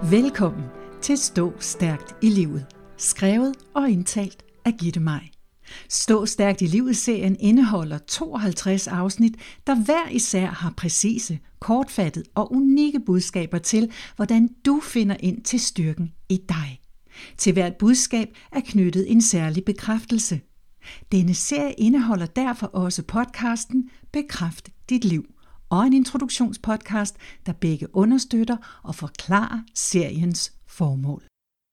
Velkommen til Stå Stærkt i Livet, skrevet og indtalt af Gitte Maj. Stå Stærkt i Livet-serien indeholder 52 afsnit, der hver især har præcise, kortfattet og unikke budskaber til, hvordan du finder ind til styrken i dig. Til hvert budskab er knyttet en særlig bekræftelse. Denne serie indeholder derfor også podcasten Bekræft dit liv og en introduktionspodcast, der begge understøtter og forklarer seriens formål.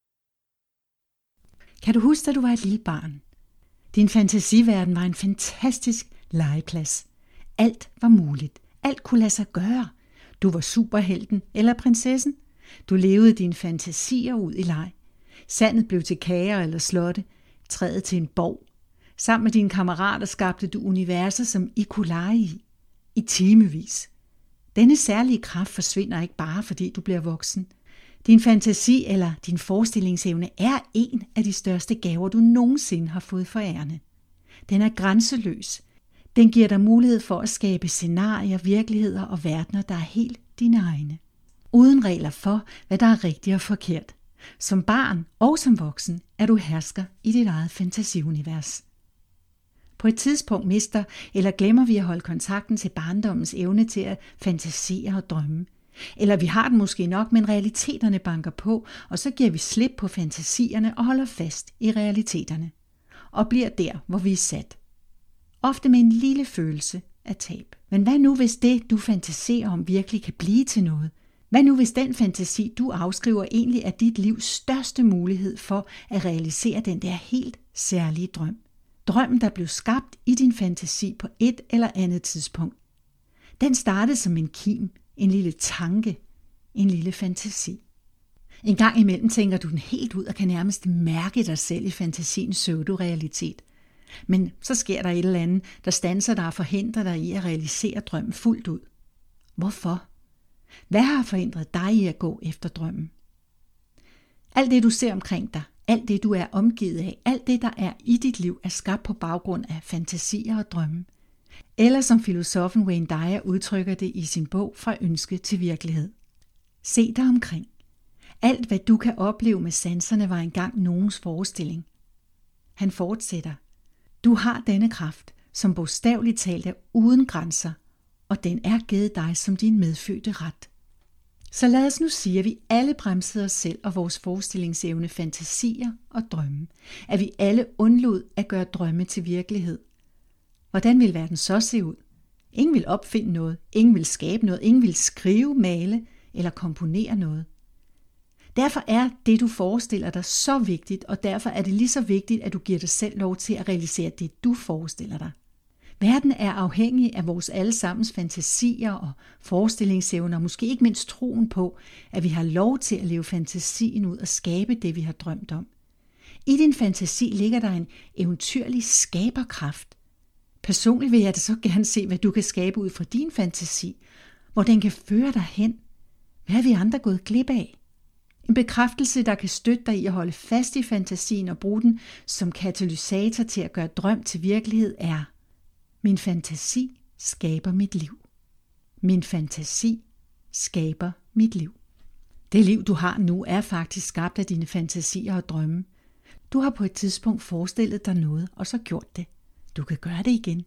Kan du huske, da du var et lille barn? Din fantasiverden var en fantastisk legeplads. Alt var muligt. Alt kunne lade sig gøre. Du var superhelten eller prinsessen. Du levede dine fantasier ud i leg. Sandet blev til kager eller slotte, træet til en borg. Sammen med dine kammerater skabte du universer, som I kunne lege i timevis. Denne særlige kraft forsvinder ikke bare, fordi du bliver voksen. Din fantasi eller din forestillingsevne er en af de største gaver, du nogensinde har fået forærende. Den er grænseløs. Den giver dig mulighed for at skabe scenarier, virkeligheder og verdener, der er helt dine egne. Uden regler for, hvad der er rigtigt og forkert. Som barn og som voksen er du hersker i dit eget fantasiunivers. På et tidspunkt mister eller glemmer vi at holde kontakten til barndommens evne til at fantasere og drømme. Eller vi har den måske nok, men realiteterne banker på, og så giver vi slip på fantasierne og holder fast i realiteterne. Og bliver der, hvor vi er sat. Ofte med en lille følelse af tab. Men hvad nu, hvis det, du fantaserer om, virkelig kan blive til noget? Hvad nu, hvis den fantasi, du afskriver, egentlig er dit livs største mulighed for at realisere den der helt særlige drøm? Drømmen, der blev skabt i din fantasi på et eller andet tidspunkt. Den startede som en kim, en lille tanke, en lille fantasi. En gang imellem tænker du den helt ud og kan nærmest mærke dig selv i fantasiens pseudo-realitet. Men så sker der et eller andet, der standser dig og forhindrer dig i at realisere drømmen fuldt ud. Hvorfor? Hvad har forhindret dig i at gå efter drømmen? Alt det, du ser omkring dig, alt det, du er omgivet af, alt det, der er i dit liv, er skabt på baggrund af fantasier og drømme. Eller som filosofen Wayne Dyer udtrykker det i sin bog Fra ønske til virkelighed. Se dig omkring. Alt, hvad du kan opleve med sanserne, var engang nogens forestilling. Han fortsætter. Du har denne kraft, som bogstaveligt talt er uden grænser, og den er givet dig som din medfødte ret. Så lad os nu sige, at vi alle bremsede os selv og vores forestillingsevne, fantasier og drømme. At vi alle undlod at gøre drømme til virkelighed. Hvordan vil verden så se ud? Ingen vil opfinde noget, ingen vil skabe noget, ingen vil skrive, male eller komponere noget. Derfor er det, du forestiller dig, så vigtigt, og derfor er det lige så vigtigt, at du giver dig selv lov til at realisere det, du forestiller dig. Verden er afhængig af vores allesammens fantasier og forestillingsevner, måske ikke mindst troen på, at vi har lov til at leve fantasien ud og skabe det, vi har drømt om. I din fantasi ligger der en eventyrlig skaberkraft. Personligt vil jeg da så gerne se, hvad du kan skabe ud fra din fantasi, hvor den kan føre dig hen. Hvad er vi andre gået glip af? En bekræftelse, der kan støtte dig i at holde fast i fantasien og bruge den som katalysator til at gøre drøm til virkelighed er: min fantasi skaber mit liv. Min fantasi skaber mit liv. Det liv, du har nu, er faktisk skabt af dine fantasier og drømme. Du har på et tidspunkt forestillet dig noget, og så gjort det. Du kan gøre det igen.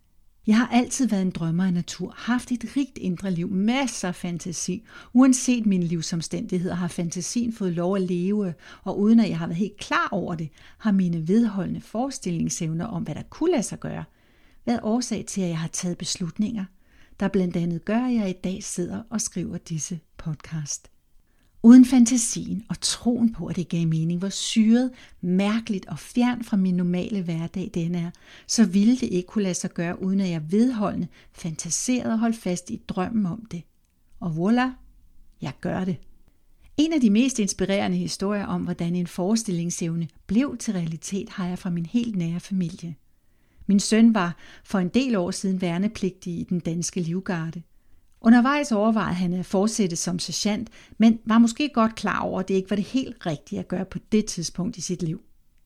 Jeg har altid været en drømmer af natur, haft et rigt indre liv, masser af fantasi. Uanset mine livsomstændigheder har fantasien fået lov at leve, og uden at jeg har været helt klar over det, har mine vedholdende forestillingsevner om, hvad der kunne lade sig gøre, været årsag til, at jeg har taget beslutninger, der blandt andet gør, at jeg i dag sidder og skriver disse podcast. Uden fantasien og troen på, at det gav mening, hvor syret, mærkeligt og fjern fra min normale hverdag den er, så ville det ikke kunne lade sig gøre, uden at jeg vedholdende fantaserede og holdt fast i drømmen om det. Og voilà, jeg gør det. En af de mest inspirerende historier om, hvordan en forestillingsevne blev til realitet, har jeg fra min helt nære familie. Min søn var for en del år siden værnepligtig i den danske livgarde. Undervejs overvejede han at fortsætte som sergent, men var måske godt klar over, at det ikke var det helt rigtige at gøre på det tidspunkt i sit liv.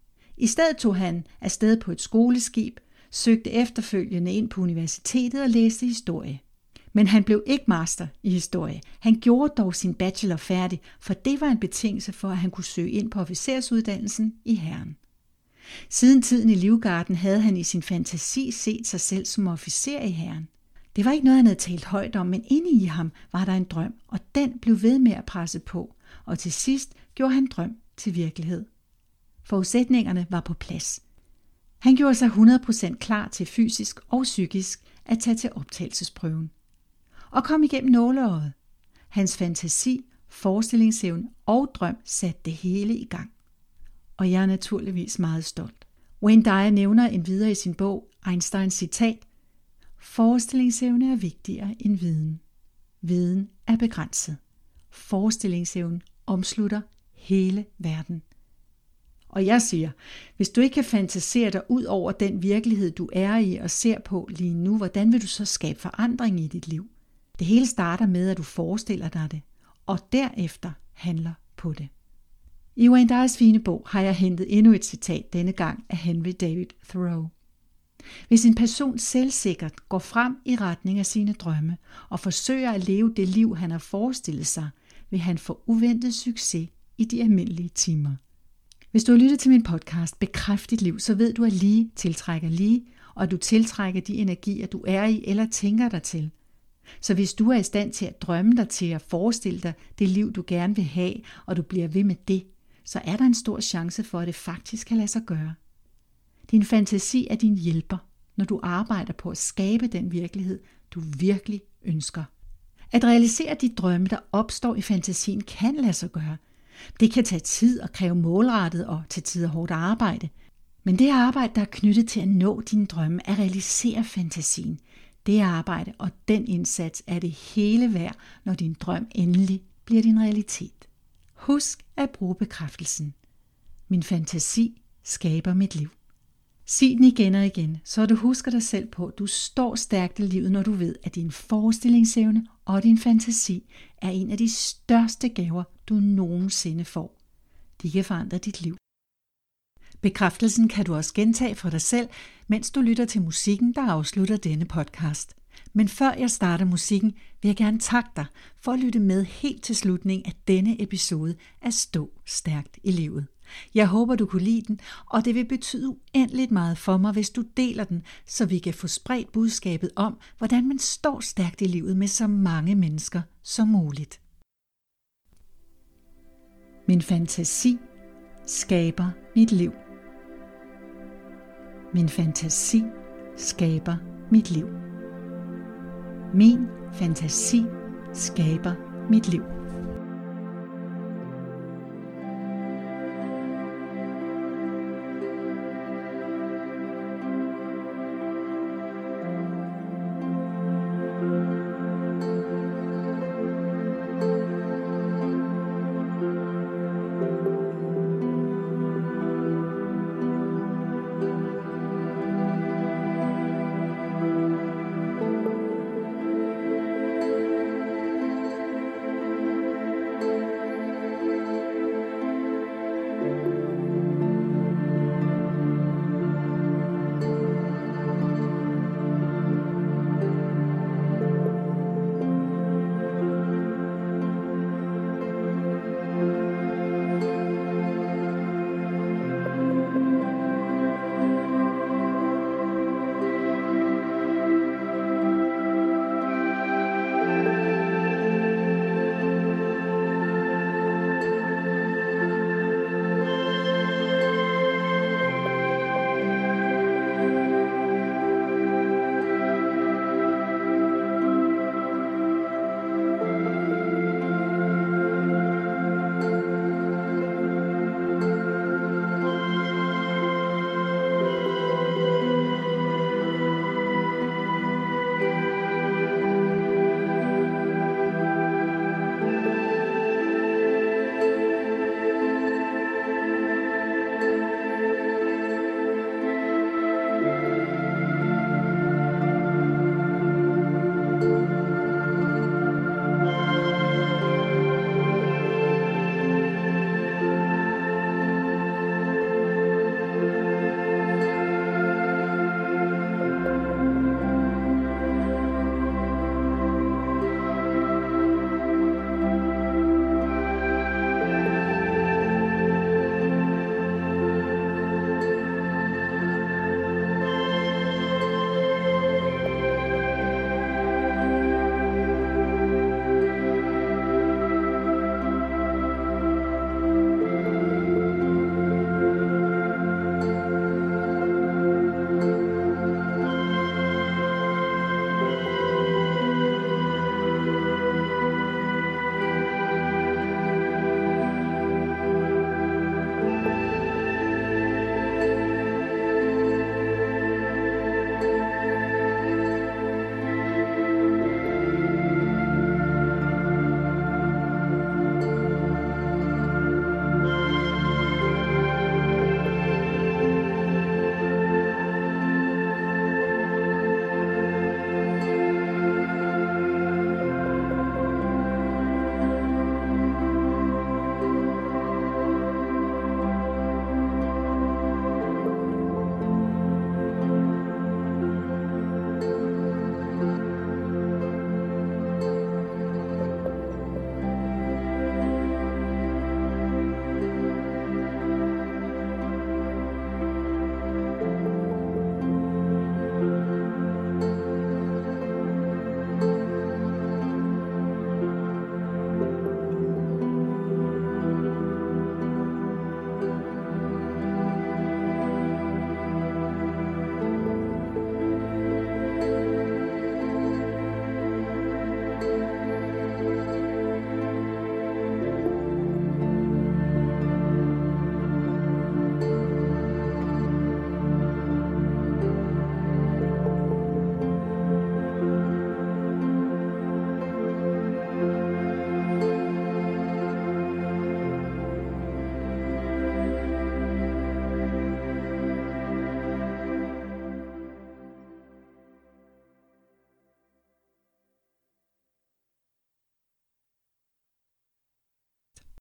I stedet tog han afsted på et skoleskib, søgte efterfølgende ind på universitetet og læste historie. Men han blev ikke master i historie. Han gjorde dog sin bachelor færdig, for det var en betingelse for, at han kunne søge ind på officersuddannelsen i Hæren. Siden tiden i Livgarden havde han i sin fantasi set sig selv som officer i Hæren. Det var ikke noget, han havde talt højt om, men inde i ham var der en drøm, og den blev ved med at presse på, og til sidst gjorde han drøm til virkelighed. Forudsætningerne var på plads. Han gjorde sig 100% klar til fysisk og psykisk at tage til optagelsesprøven. Og kom igennem nåleøjet. Hans fantasi, forestillingsevne og drøm satte det hele i gang. Og jeg er naturligvis meget stolt. Wayne Dyer nævner endvidere i sin bog Einsteins citat: forestillingsevne er vigtigere end viden. Viden er begrænset. Forestillingsevnen omslutter hele verden. Og jeg siger, hvis du ikke kan fantasere dig ud over den virkelighed, du er i og ser på lige nu, hvordan vil du så skabe forandring i dit liv? Det hele starter med, at du forestiller dig det, og derefter handler på det. I Wayne Dyers fine bog har jeg hentet endnu et citat, denne gang af Henry David Thoreau. Hvis en person selvsikkert går frem i retning af sine drømme og forsøger at leve det liv, han har forestillet sig, vil han få uventet succes i de almindelige timer. Hvis du har lyttet til min podcast Bekræft dit liv, så ved du, at lige tiltrækker lige, og at du tiltrækker de energier, du er i eller tænker dig til. Så hvis du er i stand til at drømme dig til at forestille dig det liv, du gerne vil have, og du bliver ved med det, så er der en stor chance for, at det faktisk kan lade sig gøre. Din fantasi er din hjælper, når du arbejder på at skabe den virkelighed, du virkelig ønsker. At realisere de drømme, der opstår i fantasien, kan lade sig gøre. Det kan tage tid og kræve målrettet og til tider hårdt arbejde. Men det arbejde, der er knyttet til at nå dine drømme, at realisere fantasien, det arbejde og den indsats er det hele værd, når din drøm endelig bliver din realitet. Husk at bruge bekræftelsen. Min fantasi skaber mit liv. Sig den igen og igen, så du husker dig selv på, at du står stærkt i livet, når du ved, at din forestillingsevne og din fantasi er en af de største gaver, du nogensinde får. De kan forandre dit liv. Bekræftelsen kan du også gentage for dig selv, mens du lytter til musikken, der afslutter denne podcast. Men før jeg starter musikken, vil jeg gerne takke dig for at lytte med helt til slutningen af denne episode af Stå Stærkt i Livet. Jeg håber, du kunne lide den, og det vil betyde uendeligt meget for mig, hvis du deler den, så vi kan få spredt budskabet om, hvordan man står stærkt i livet med så mange mennesker som muligt. Min fantasi skaber mit liv. Min fantasi skaber mit liv. Min fantasi skaber mit liv.